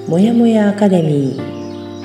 もやもやアカデミー。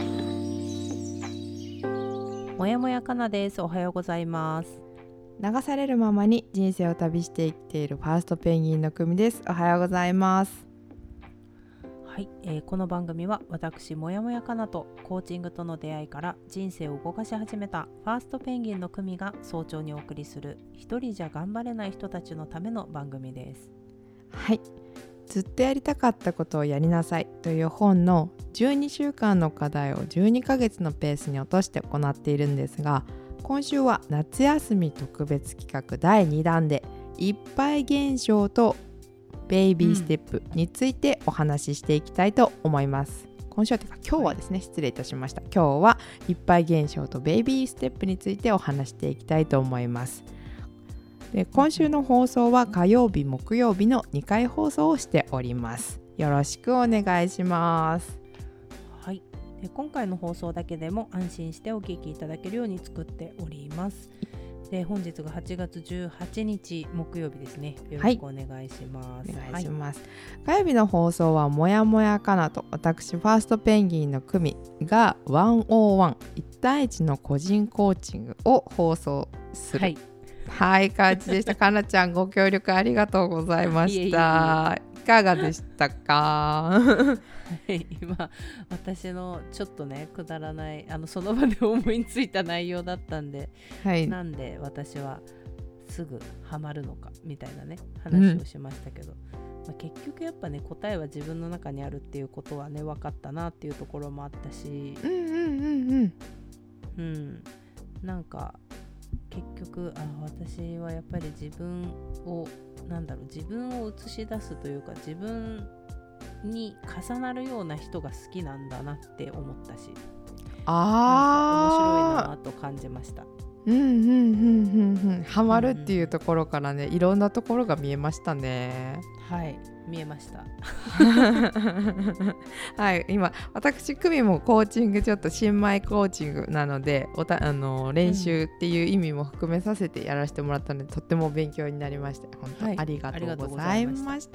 もやもやかなです。おはようございます。 流されるままに人生を旅して生きているファーストペンギンの組です。おはようございます。 はい、この番組は私もやもやかなとコーチングとの出会いから人生を動かし始めたファーストペンギンの組が早朝にお送りする一人じゃ頑張れない人たちのための番組です。 はい、ずっとやりたかったことをやりなさいという本の12週間の課題を12ヶ月のペースに落として行っているんですが、今週は夏休み特別企画第2弾でいっぱい現象とベイビーステップについてお話ししていきたいと思います。今週はというか今日はですね、失礼いたしました。今日はいっぱい現象とベイビーステップについてお話していきたいと思います。で、今週の放送は火曜日木曜日の2回放送をしております。よろしくお願いします。 はい、今回の放送だけでも安心してお聞きいただけるように作っております。で、本日が8月18日木曜日ですね。よろしくお願いします。 お願いします。火曜日の放送はもやもやかなと私ファーストペンギンの組が101対1の個人コーチングを放送する感じでした。かなちゃんご協力ありがとうございました。いかがでしたか？ 今私のちょっとねくだらないその場で思いついた内容だったんで、なんで私はすぐハマるのかみたいなね話をしましたけど、結局やっぱね答えは自分の中にあるっていうことはね分かったなっていうところもあったし、なんか結局私はやっぱり自分を映し出すというか自分に重なるような人が好きなんだなって思ったし、なんか面白いなと感じました。 ハマるっていうところからね、いろんなところが見えましたね。 はい、見えましたはい、今私組もコーチングちょっと新米コーチングなので練習っていう意味も含めさせてやらせてもらったので、とっても勉強になりました。本当、ありがとうございました。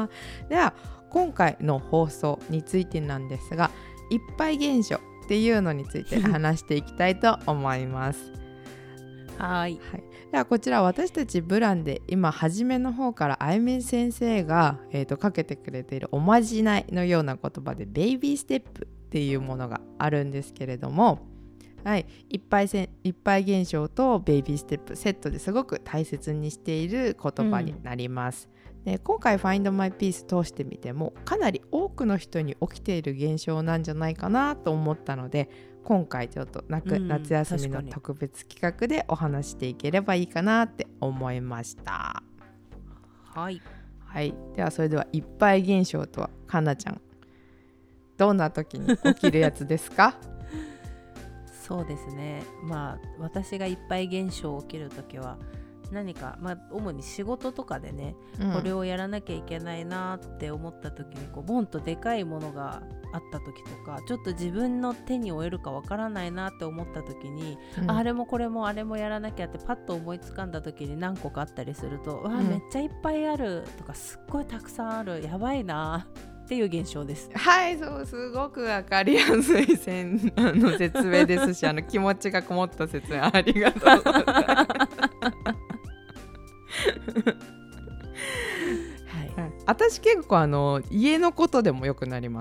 では今回の放送についてなんですが、いっぱい現象っていうのについて話していきたいと思いますはい、ではこちら私たちブランで今初めの方からあゆみ先生が、かけてくれているおまじないのような言葉でベイビーステップっていうものがあるんですけれども、いっぱい現象とベイビーステップセットですごく大切にしている言葉になります、で今回 Find My Peace 通してみてもかなり多くの人に起きている現象なんじゃないかなと思ったので、今回ちょっと夏休みの特別企画でお話していければいいかなって思いました。はい、ではそれではいっぱい現象とはかなちゃんどんな時に起きるやつですか？ そうですね、私がいっぱい現象起きる時は何か、主に仕事とかでね、これをやらなきゃいけないなって思った時にボンとでかいものがあった時とか、ちょっと自分の手に負えるかわからないなって思った時に、あれもこれもあれもやらなきゃってパッと思いつかんだ時に何個かあったりすると、めっちゃいっぱいあるとかすっごいたくさんある、やばいなっていう現象です。 はい、そう、すごくわかりやすい説明ですし気持ちがこもった説明ありがとうございます私結構家のことでもよくなります。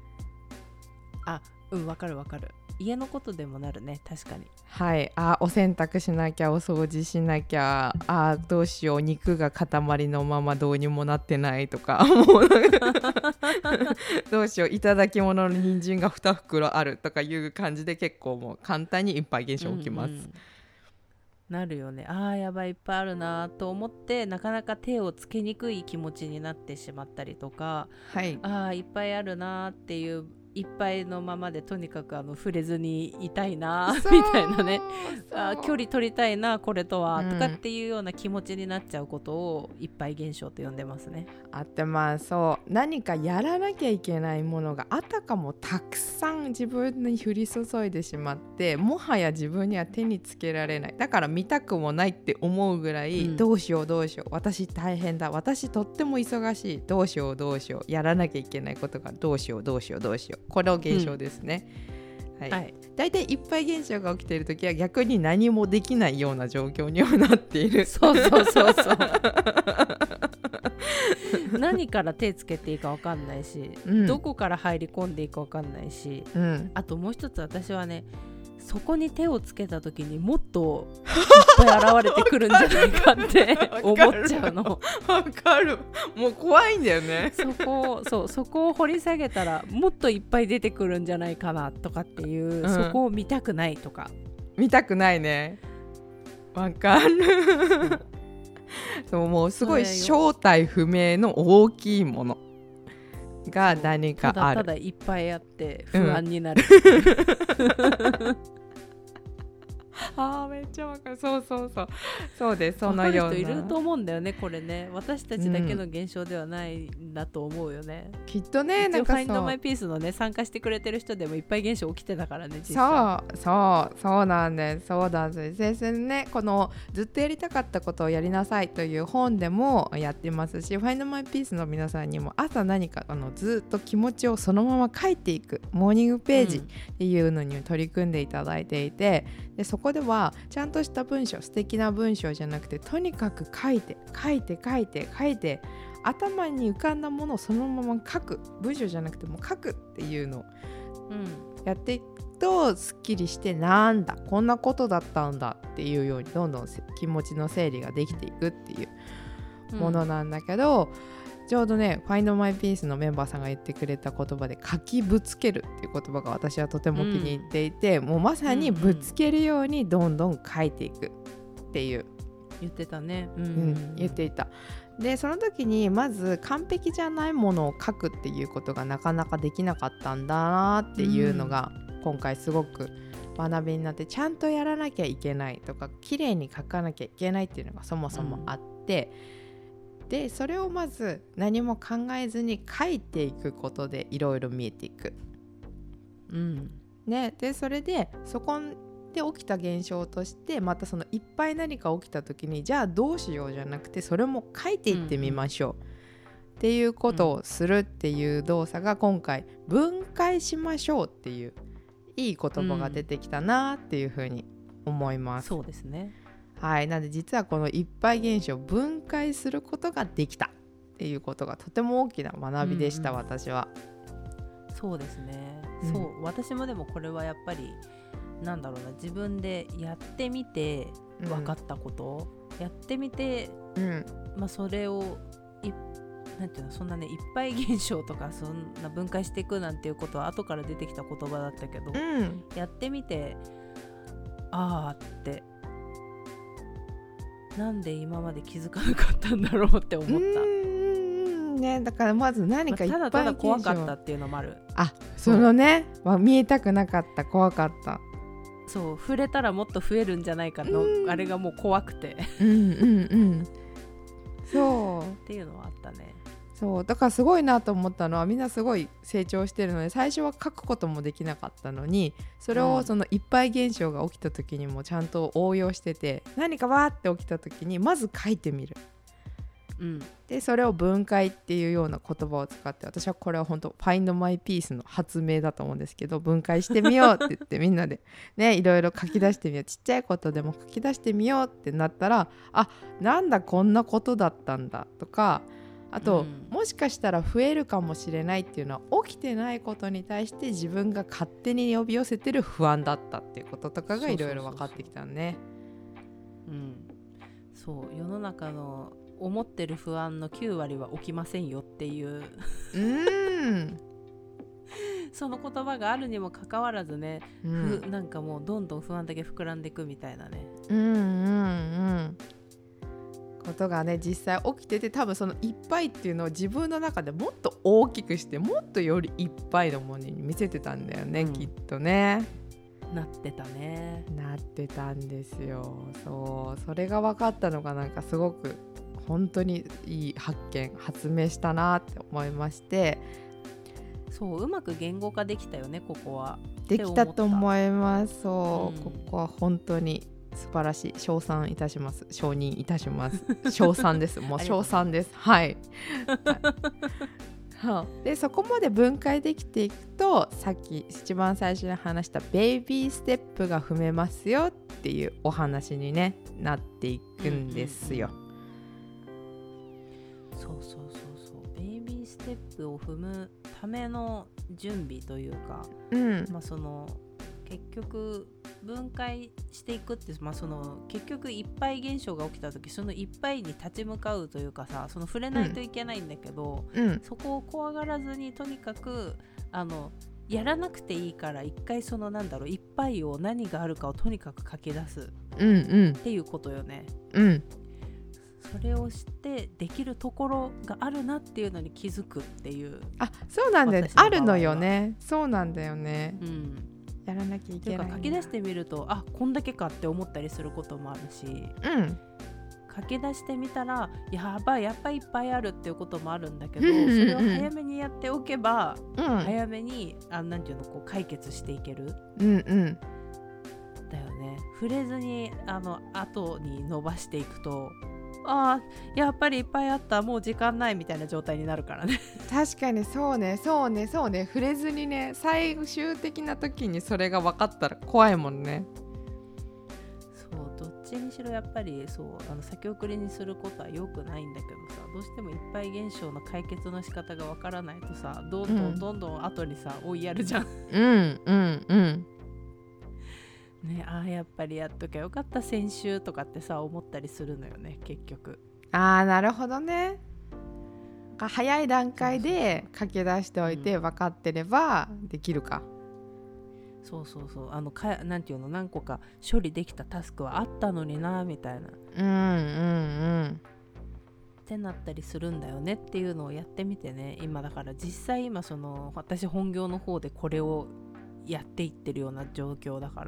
わかる家のことでもなるね、確かに。 お洗濯しなきゃ、お掃除しなきゃ、どうしよう、肉が塊のままどうにもなってないとかもうどうしよう、いただき物の人参が2袋あるとかいう感じで結構もう簡単にいっぱい現象起きます、 なるよね。やばい、いっぱいあるなと思ってなかなか手をつけにくい気持ちになってしまったりとか、いっぱいあるなっていういっぱいのままでとにかく触れずにいたいなそうみたいなね、 そう距離取りたいなこれとは、 うんとかっていうような気持ちになっちゃうことをいっぱい現象と呼んでますね。 あってそう何かやらなきゃいけないものがあたかもたくさん自分に降り注いでしまって、もはや自分には手につけられない、だから見たくもないって思うぐらい、どうしよう私大変だ、私とっても忙しい、どうしようやらなきゃいけないことがどうしようこの現象ですね、はいはい、だいたいいっぱい現象が起きているときは逆に何もできないような状況にはなっている。 そう何から手つけていいか分かんないし、どこから入り込んでいいか分かんないし、あともう一つ私はね、そこに手をつけた時にもっといっぱい現れてくるんじゃないかって思っちゃうの。 わかる、もう怖いんだよね。 そこを掘り下げたらもっといっぱい出てくるんじゃないかなとかっていう、そこを見たくないとか。 見たくないね、わかるそう、もうすごい正体不明の大きいものが何かある。 ただいっぱいあって不安になる、 めっちゃわかる。そうです。そのような分かる人いると思うんだよね、これね。私たちだけの現象ではないんだと思うよね、 きっとね。 なんかファインドマイピースのね、参加してくれてる人でもいっぱい現象起きてたからね、実際。 そうなんです。先生ね、このずっとやりたかったことをやりなさいという本でもやってますし、ファインドマイピースの皆さんにも朝何かずっと気持ちをそのまま書いていくモーニングページっていうのに取り組んでいただいていて、でそこではちゃんとした文章、素敵な文章じゃなくて、とにかく書いて頭に浮かんだものをそのまま書く、文章じゃなくても書くっていうのをやっていくとすっきりして、なんだこんなことだったんだっていうようにどんどん気持ちの整理ができていくっていうものなんだけど、ちょうどね、ファインドマイピースのメンバーさんが言ってくれた言葉で、書きぶつけるっていう言葉が私はとても気に入っていて、もうまさにぶつけるようにどんどん書いていくっていう言ってたね、 言っていた。でその時にまず完璧じゃないものを書くっていうことがなかなかできなかったんだなっていうのが、今回すごく学びになって、ちゃんとやらなきゃいけないとか綺麗に書かなきゃいけないっていうのがそもそもあって、でそれをまず何も考えずに書いていくことでいろいろ見えていく、ね、でそれでそこで起きた現象として、またそのいっぱい何か起きた時に、じゃあどうしようじゃなくて、それも書いていってみましょう、っていうことをするっていう動作が、今回分解しましょうっていういい言葉が出てきたなっていうふうに思います。 そうですね。 はい、なので実はこのいっぱい現象を分解することができたっていうことがとても大きな学びでした、私は。 そうですね、そう私もでもこれはやっぱりなんだろうな、自分でやってみて分かったこと、やってみて、それをなんていうの、そんなね、いっぱい現象とかそんな分解していくなんていうことは後から出てきた言葉だったけど、やってみてあーって、なんで今まで気づかなかったんだろうって思った。 ね、だからまず何かいっぱい、 ただただ怖かったっていうのもある。 そのね、見えたくなかった、怖かった。 そう、触れたらもっと増えるんじゃないかの、あれがもう怖くてそうっていうのはあったね。 そうだからすごいなと思ったのは、みんなすごい成長してるので、最初は書くこともできなかったのに、それをそのいっぱい現象が起きた時にもちゃんと応用してて、何かわーって起きた時にまず書いてみる、でそれを分解っていうような言葉を使って、私はこれは本当Find My Peaceの発明だと思うんですけど、分解してみようって言ってみんなでね、いろいろ書き出してみよう、ちっちゃいことでも書き出してみようってなったら、なんだこんなことだったんだとか、あと、もしかしたら増えるかもしれないっていうのは、起きてないことに対して自分が勝手に呼び寄せてる不安だったっていうこととかがいろいろ分かってきたね。 そう、世の中の思ってる不安の9割は起きませんよっていうその言葉があるにもかかわらずね、なんかもうどんどん不安だけ膨らんでいくみたいなね、こことがね実際起きてて、多分そのいっぱいっていうのを自分の中でもっと大きくしてもっとよりいっぱいのものに見せてたんだよね、きっとね。 なってたね。 なってたんですよ。それが分かったのがなんかすごく本当にいい発明したなって思いまして、 うまく言語化できたよね、ここは。 できたと思います。ここは本当に素晴らしい。称賛いたします。承認いたします。称賛です。もう称賛です。はいでそこまで分解できていくと、さっき一番最初に話したベイビーステップが踏めますよっていうお話に、ね、なっていくんですよ。 そうベイビーステップを踏むための準備というか、その結局分解していくって、その結局いっぱい現象が起きた時、そのいっぱいに立ち向かうというかさ、その触れないといけないんだけど、そこを怖がらずにとにかくやらなくていいから、一回そのいっぱいを何があるかをとにかく書き出すっていうことよね。それを知ってできるところがあるなっていうのに気づくっていう。 そうなんだよね。あるのよね。そうなんだよね。やらなきゃいけない。 書き出してみると、こんだけかって思ったりすることもあるし、書き出してみたらやっぱりいっぱいあるっていうこともあるんだけど、それを早めにやっておけば、早めになんていうの、こう解決していける。だよね。触れずに後に伸ばしていくと、やっぱりいっぱいあった、もう時間ないみたいな状態になるからね。 確かにそうね触れずにね、最終的な時にそれが分かったら怖いもんね。 どっちにしろやっぱり先送りにすることは良くないんだけどさ、どうしてもいっぱい現象の解決の仕方が分からないとさ、どんどん後にさ追いやるじゃん。ね、やっぱりやっときゃよかった先週とかってさ思ったりするのよね、結局。 なるほどね。早い段階で書き出しておいて分かってればできるか。 なんていうの、何個か処理できたタスクはあったのになみたいな、ってなったりするんだよねっていうのをやってみてね。今だから実際私本業の方でこれをやっていってるような状況だから、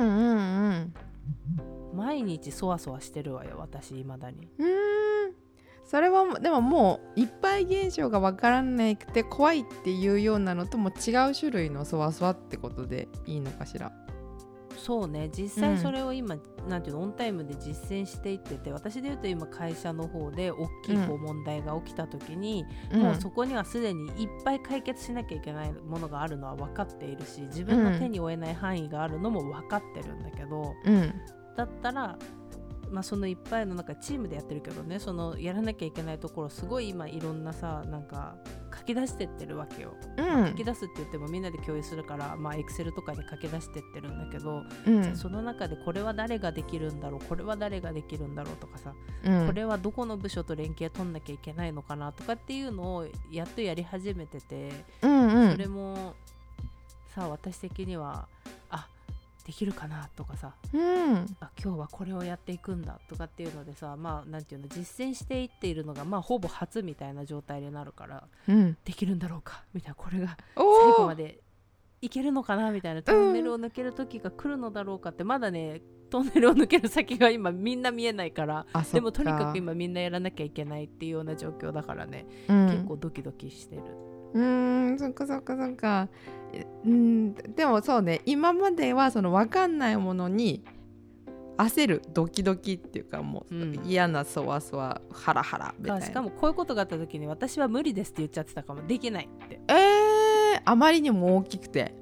毎日そわそわしてるわよ、私未だに。 それはでももういっぱい現象が分からなくて怖いっていうようなのとも違う種類のそわそわってことでいいのかしら。 そうね、実際それを今、なんていうの、オンタイムで実践していってて、私でいうと今会社の方で大きい問題が起きた時に、もうそこにはすでにいっぱい解決しなきゃいけないものがあるのは分かっているし、自分の手に負えない範囲があるのも分かってるんだけど、だったらそのいっぱいの中チームでやってるけどね、そのやらなきゃいけないところすごい今いろんなさ、書き出してってるわけよ。書き出すって言ってもみんなで共有するから、エクセルとかに書き出してってるんだけど、じゃあその中でこれは誰ができるんだろう、これは誰ができるんだろうとかさ、これはどこの部署と連携取んなきゃいけないのかなとかっていうのをやっとやり始めてて、それもさ、私的にはできるかなとかさ、今日はこれをやっていくんだとかっていうのでさ、なんていうの、実践していっているのがほぼ初みたいな状態になるから、できるんだろうかみたいな、これが最後までいけるのかなみたいな、トンネルを抜ける時が来るのだろうかって、まだねトンネルを抜ける先が今みんな見えないから、でもとにかく今みんなやらなきゃいけないっていうような状況だからね、結構ドキドキしてる。 そっか。でもそうね、今まではその分かんないものに焦るドキドキっていうか、もう嫌なそわそわハラハラみたいな。 しかもこういうことがあった時に私は無理ですって言っちゃってたかも、できないって。 あまりにも大きくて、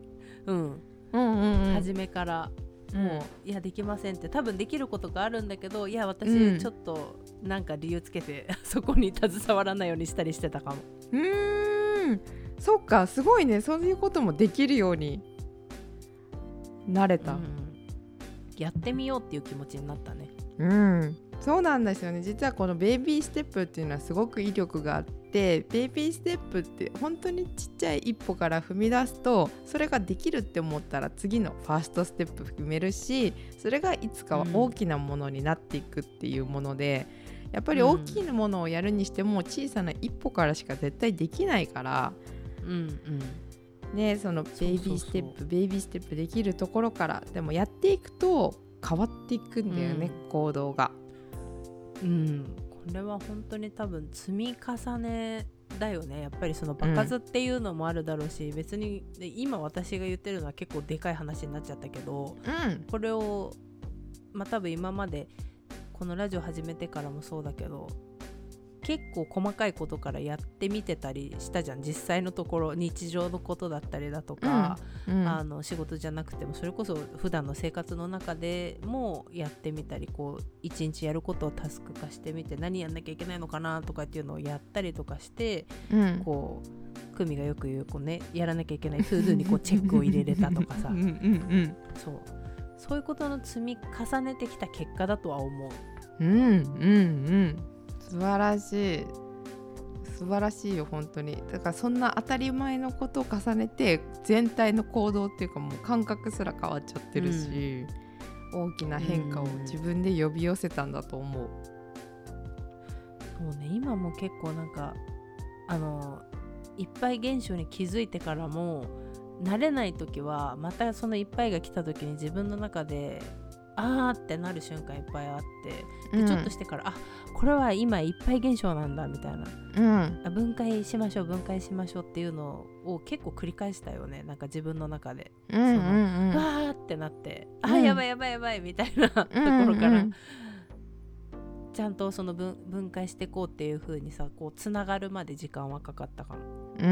初めからもう、いやできませんって、多分できることがあるんだけど、いや私ちょっとなんか理由つけて、そこに携わらないようにしたりしてたかも。 そっか、すごいね。そういうこともできるようになれた、 やってみようっていう気持ちになったね。 そうなんですよね。実はこのベイビーステップっていうのはすごく威力があって、ベイビーステップって本当にちっちゃい一歩から踏み出すと、それができるって思ったら次のファーストステップ踏めるし、それがいつかは大きなものになっていくっていうもので、 やっぱり大きいものをやるにしても小さな一歩からしか絶対できないから、ね、そのベイビーステップできるところからでもやっていくと変わっていくんだよね、行動が。 これは本当に多分積み重ねだよね。やっぱりその場数っていうのもあるだろうし、別に今私が言ってるのは結構でかい話になっちゃったけど、これを多分今までこのラジオ始めてからもそうだけど結構細かいことからやってみてたりしたじゃん。実際のところ日常のことだったりだとか、仕事じゃなくてもそれこそ普段の生活の中でもやってみたり、こう一日やることをタスク化してみて何やんなきゃいけないのかなとかっていうのをやったりとかして、こう久美がよく言う、こうね、やらなきゃいけないトゥードゥにこうチェックを入れれたとかさそういうことの積み重ねてきた結果だとは思う。 素晴らしいよ本当に。だからそんな当たり前のことを重ねて全体の行動っていうかもう感覚すら変わっちゃってるし、大きな変化を自分で呼び寄せたんだと思う。 そうね、今も結構なんかいっぱい現象に気づいてからも慣れない時はまたそのいっぱいが来た時に自分の中であーってなる瞬間いっぱいあって、でちょっとしてからこれは今いっぱい現象なんだみたいな、分解しましょうっていうのを結構繰り返したよね。なんか自分の中で、わーってなって、やばいみたいなところから、ちゃんとその分解していこうっていう風にさ、こうつながるまで時間はかかったかも。 い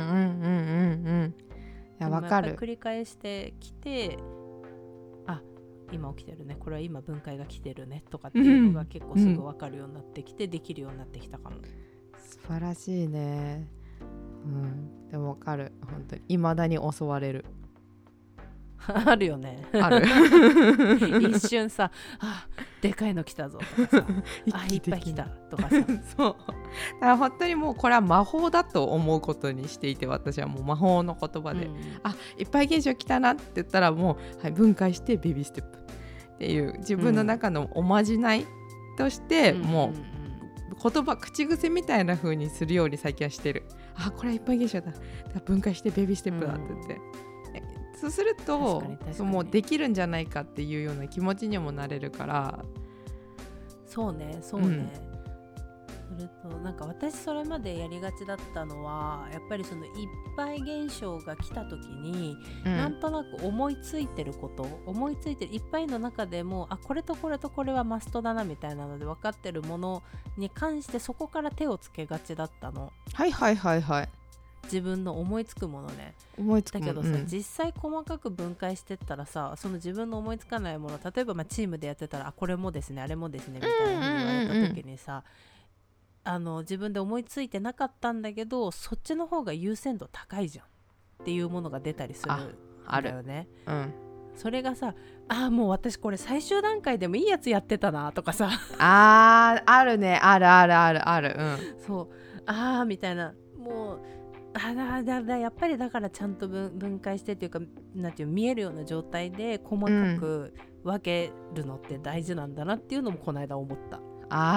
やわかる。 繰り返してきて、今起きてるね、これは今分解が来てるねとかっていうのが結構すぐ分かるようになってきて、できるようになってきたかも。 素晴らしいね。でも分かる、本当に未だに襲われるあるよね。 ある一瞬さ、でかいの来たぞとかさいっぱい来たとかさそうだから本当にもうこれは魔法だと思うことにしていて、私はもう魔法の言葉で、いっぱい現象来たなって言ったらもう、分解してベビーステップっていう自分の中のおまじないとして、もう言葉口癖みたいな風にするように最近はしてる。これはいっぱい現象だ、分解してベビーステップだって言って、そうするともうできるんじゃないかっていうような気持ちにもなれるから。 そうね、それとなんか私それまでやりがちだったのは、やっぱりそのいっぱい現象が来た時に、なんとなく思いついてるいっぱいの中でもこれとこれとこれはマストだなみたいなので分かってるものに関してそこから手をつけがちだったの。自分の思いつくものね。だけどさ、実際細かく分解してったらさ、その自分の思いつかないもの、例えばチームでやってたらこれもですねあれもですねみたいな風に言われた時にさ、自分で思いついてなかったんだけどそっちの方が優先度高いじゃんっていうものが出たりするんだよね。それがさ、もう私これ最終段階でもいいやつやってたなとかさあるね、ある、 そうみたいな、もうやっぱりだからちゃんと分解してっていうか、なんていう見えるような状態で細かく分けるのって大事なんだなっていうのもこの間思った。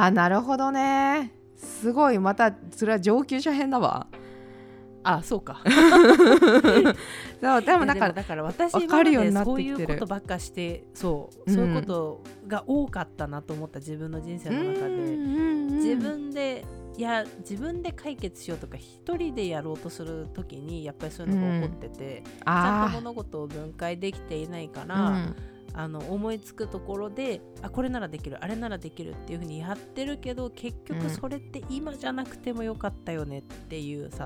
なるほどね。すごい、またそれは上級者編だわ。 そうかそうでもだから私今までそういうことばっかしてそういうことが多かったなと思った。自分の人生の中で自分で解決しようとか一人でやろうとするときにやっぱりそういうのが起こってて、ちゃんと物事を分解できていないから、思いつくところでこれならできるあれならできるっていう風にやってるけど、結局それって今じゃなくてもよかったよねっていうさ、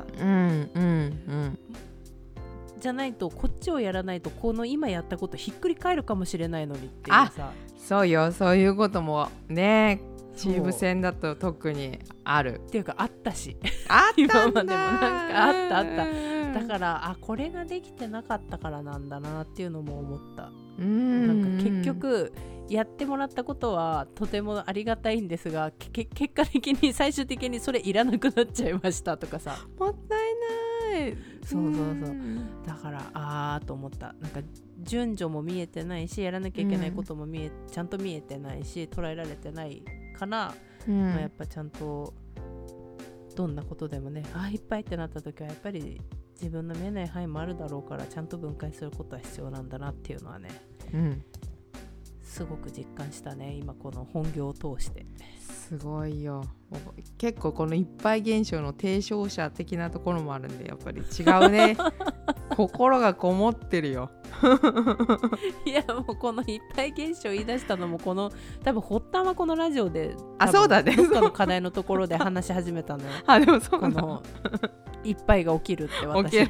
じゃないとこっちをやらないとこの今やったことひっくり返るかもしれないのにっていうさ。 そうよ、そういうこともね、チーム戦だと特にあるっていうかあったし今までもなんかあっただからこれができてなかったからなんだなっていうのも思った。なんか結局やってもらったことはとてもありがたいんですが、結果的に最終的にそれいらなくなっちゃいましたとかさ、 もったいない。 そうだからと思った。なんか順序も見えてないし、やらなきゃいけないこともちゃんと見えてないし、捉えられてないからまあ、やっぱちゃんとどんなことでもねいっぱいってなった時はやっぱり自分の見えない範囲もあるだろうからちゃんと分解することは必要なんだなっていうのはね、すごく実感したね今この本業を通して。 すごいよ。結構このいっぱい現象の提唱者的なところもあるんでやっぱり違うね心がこもってるよいやもうこのいっぱい現象言い出したのもこの多分発端はこのラジオでそうだねどっかの課題のところで話し始めたのよでもそうこのいっぱいが起きるって私に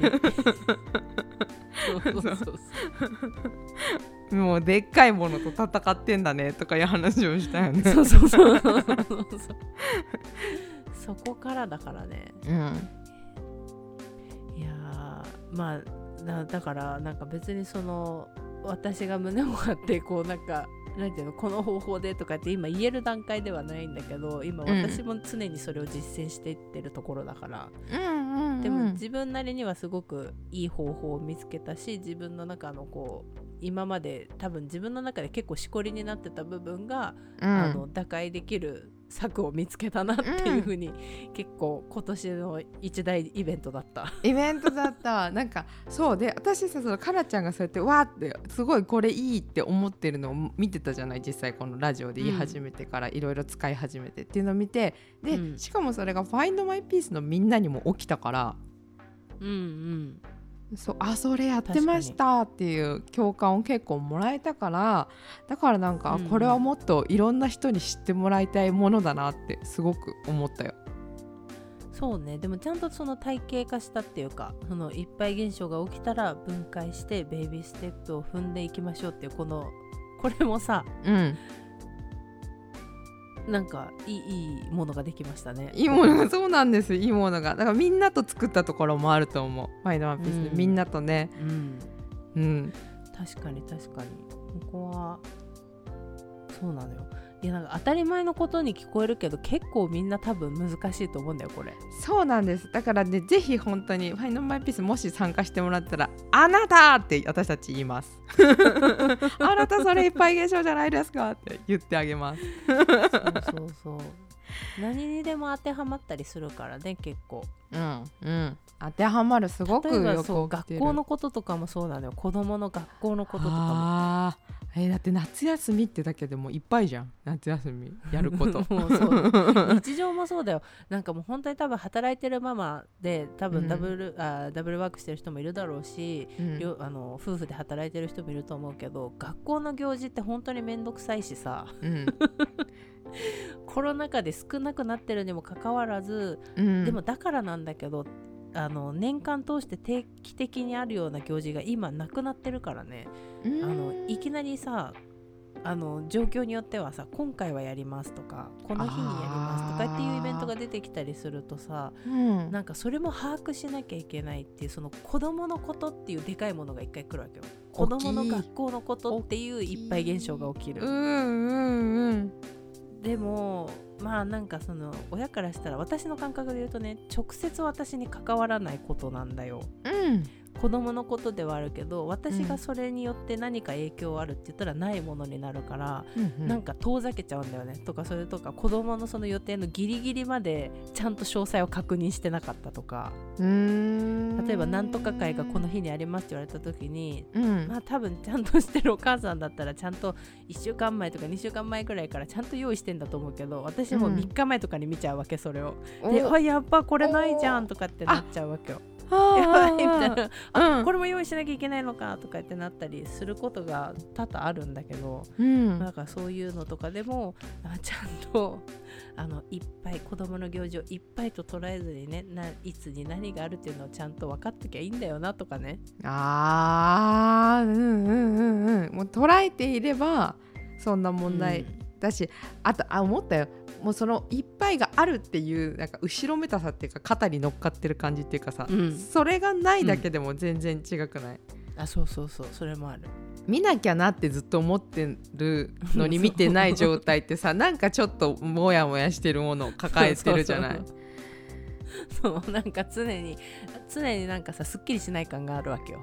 そうもうでっかいものと戦ってんだねとかいう話をしたよねそうそこからだからね、いやまあだからなんか別にその私が胸を張ってこうなんていうのこの方法でとかって今言える段階ではないんだけど今私も常にそれを実践していってるところだから、でも自分なりにはすごくいい方法を見つけたし自分の中のこう今まで多分自分の中で結構しこりになってた部分が、打開できる策を見つけたなっていう風に、結構今年の一大イベントだったなんかそうで私さそのカラちゃんがそうやってわーってすごいこれいいって思ってるのを見てたじゃない実際このラジオで言い始めてからいろいろ使い始めてっていうのを見てで、しかもそれが Find My Peace のみんなにも起きたからそれやってましたっていう共感を結構もらえたからだからなんか、これはもっといろんな人に知ってもらいたいものだなってすごく思ったよ。 そうねでもちゃんとその体系化したっていうかそのいっぱい現象が起きたら分解してベイビーステップを踏んでいきましょうっていうこれもさ、なんかいいものができましたね。 いいものがそうなんですいいものがだからみんなと作ったところもあると思うファイナルワンピースで、みんなとね、 確かにここはそうなのよ。いやなんか当たり前のことに聞こえるけど結構みんな多分難しいと思うんだよこれ。 そうなんですだからねぜひ本当にファイナルマイピースもし参加してもらったらあなたって私たち言いますあなたそれいっぱい現象じゃないですかって言ってあげますそう何にでも当てはまったりするからね結構当てはまるすごくよく学校のこととかもそうなのよ子供の学校のこととかもだって夏休みってだけでもいっぱいじゃん夏休みやることもうそう日常もそうだよなんかもう本当に多分働いてるママで多分ダブルワークしてる人もいるだろうし、夫婦で働いてる人もいると思うけど学校の行事って本当にめんどくさいしさ、コロナ禍で少なくなってるにもかかわらず、でもだからなんだけど年間通して定期的にあるような行事が今なくなってるからね、いきなりさ状況によってはさ今回はやりますとかこの日にやりますとかっていうイベントが出てきたりするとさ、なんかそれも把握しなきゃいけないっていうその子供のことっていうでかいものが一回来るわけよ。子供の学校のことっていういっぱい現象が起きる。でもまあなんかその親からしたら私の感覚で言うとね直接私に関わらないことなんだよ、子供のことではあるけど私がそれによって何か影響あるって言ったらないものになるから、なんか遠ざけちゃうんだよねとかそれとか子供のその予定のギリギリまでちゃんと詳細を確認してなかったとか、例えばなんとか会がこの日にありますって言われた時に、まあ多分ちゃんとしてるお母さんだったらちゃんと1週間前とか2週間前くらいからちゃんと用意してんだと思うけど私も3日前とかに見ちゃうわけそれを、でやっぱこれないじゃんとかってなっちゃうわけよ。やばいみたいな、これも用意しなきゃいけないのかとかってなったりすることが多々あるんだけど、だからそういうのとかでもちゃんといっぱい子供の行事をいっぱいと捉えずにねいつに何があるっていうのをちゃんと分かってきゃいいんだよなとかね。 もう捉えていればそんな問題だし、あと思ったよもうそのいっぱいがあるっていうなんか後ろめたさっていうか肩に乗っかってる感じっていうかさ、それがないだけでも全然違くない？ そうそれもある。 見なきゃなってずっと思ってるのに見てない状態ってさなんかちょっとモヤモヤしてるものを抱えてるじゃないそうなんか常になんかさすっきりしない感があるわけよ。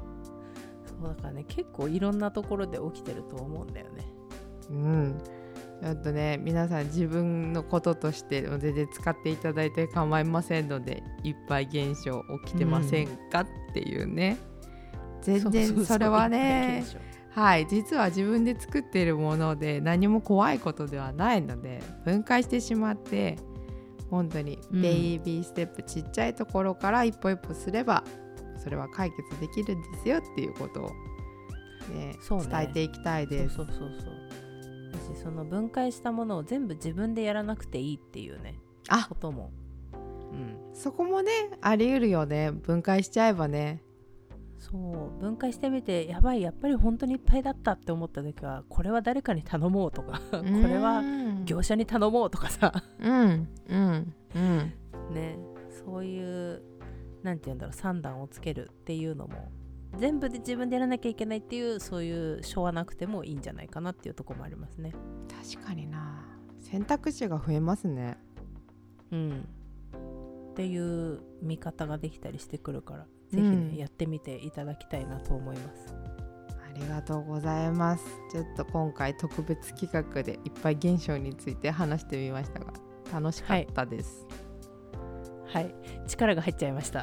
そうだからね結構いろんなところで起きてると思うんだよね。 ちょっとね皆さん自分のこととして全然使っていただいて構いませんので、いっぱい現象起きてませんか、っていうね。全然それはね、はい、実は自分で作っているもので何も怖いことではないので、分解してしまって本当にベイビーステップ、ちっちゃいところから一歩一歩すればそれは解決できるんですよっていうことを、ね、伝えていきたいです。 そう私その分解したものを全部自分でやらなくていいっていうねことも、 そこもねあり得るよね。分解しちゃえばね。 そう分解してみてやっぱり本当にいっぱいだったって思った時は、これは誰かに頼もうとかこれは業者に頼もうとかさね、そういうなんて言うんだろう、算段をつけるっていうのも全部で自分でやらなきゃいけないっていう、そういうしょうがなくてもいいんじゃないかなっていうところもありますね。 確かにな、選択肢が増えますね。 っていう見方ができたりしてくるから、ぜひね、やってみていただきたいなと思います。 ありがとうございます。ちょっと今回特別企画でいっぱい現象について話してみましたが、楽しかったです。 はい、力が入っちゃいました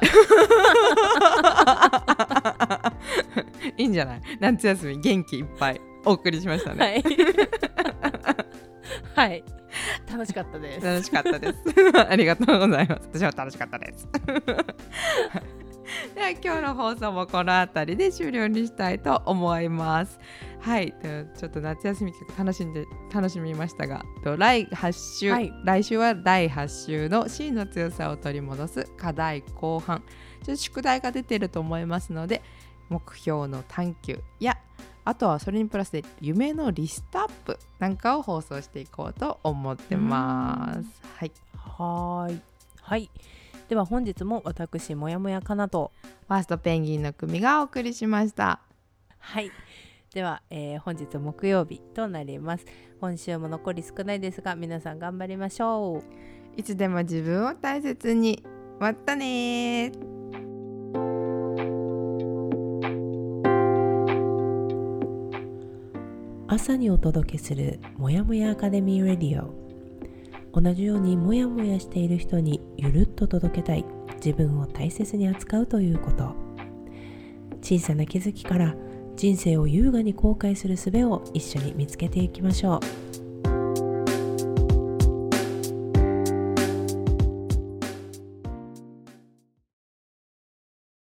いいんじゃない、夏休み元気いっぱいお送りしましたね。 はい、楽しかったです。 楽しかったですありがとうございます。私は楽しかったですでは今日の放送もこの辺りで終了にしたいと思います。はい、ちょっと夏休み企画楽しみましたが、来週は第8週の真の強さを取り戻す課題後半、ちょっと宿題が出てると思いますので、目標の探求やあとはそれにプラスで夢のリストアップなんかを放送していこうと思ってます。 はい、では本日も私もやもやかなとファーストペンギンの組がお送りしました。 はい、では、本日木曜日となります。今週も残り少ないですが、皆さん頑張りましょう。 いつでも自分を大切に。またね。 朝にお届けするもやもやアカデミーラディオ。同じようにもやもやしている人にゆるっと届けたい、自分を大切に扱うということ。小さな気づきから人生を優雅に後悔する術を一緒に見つけていきましょう。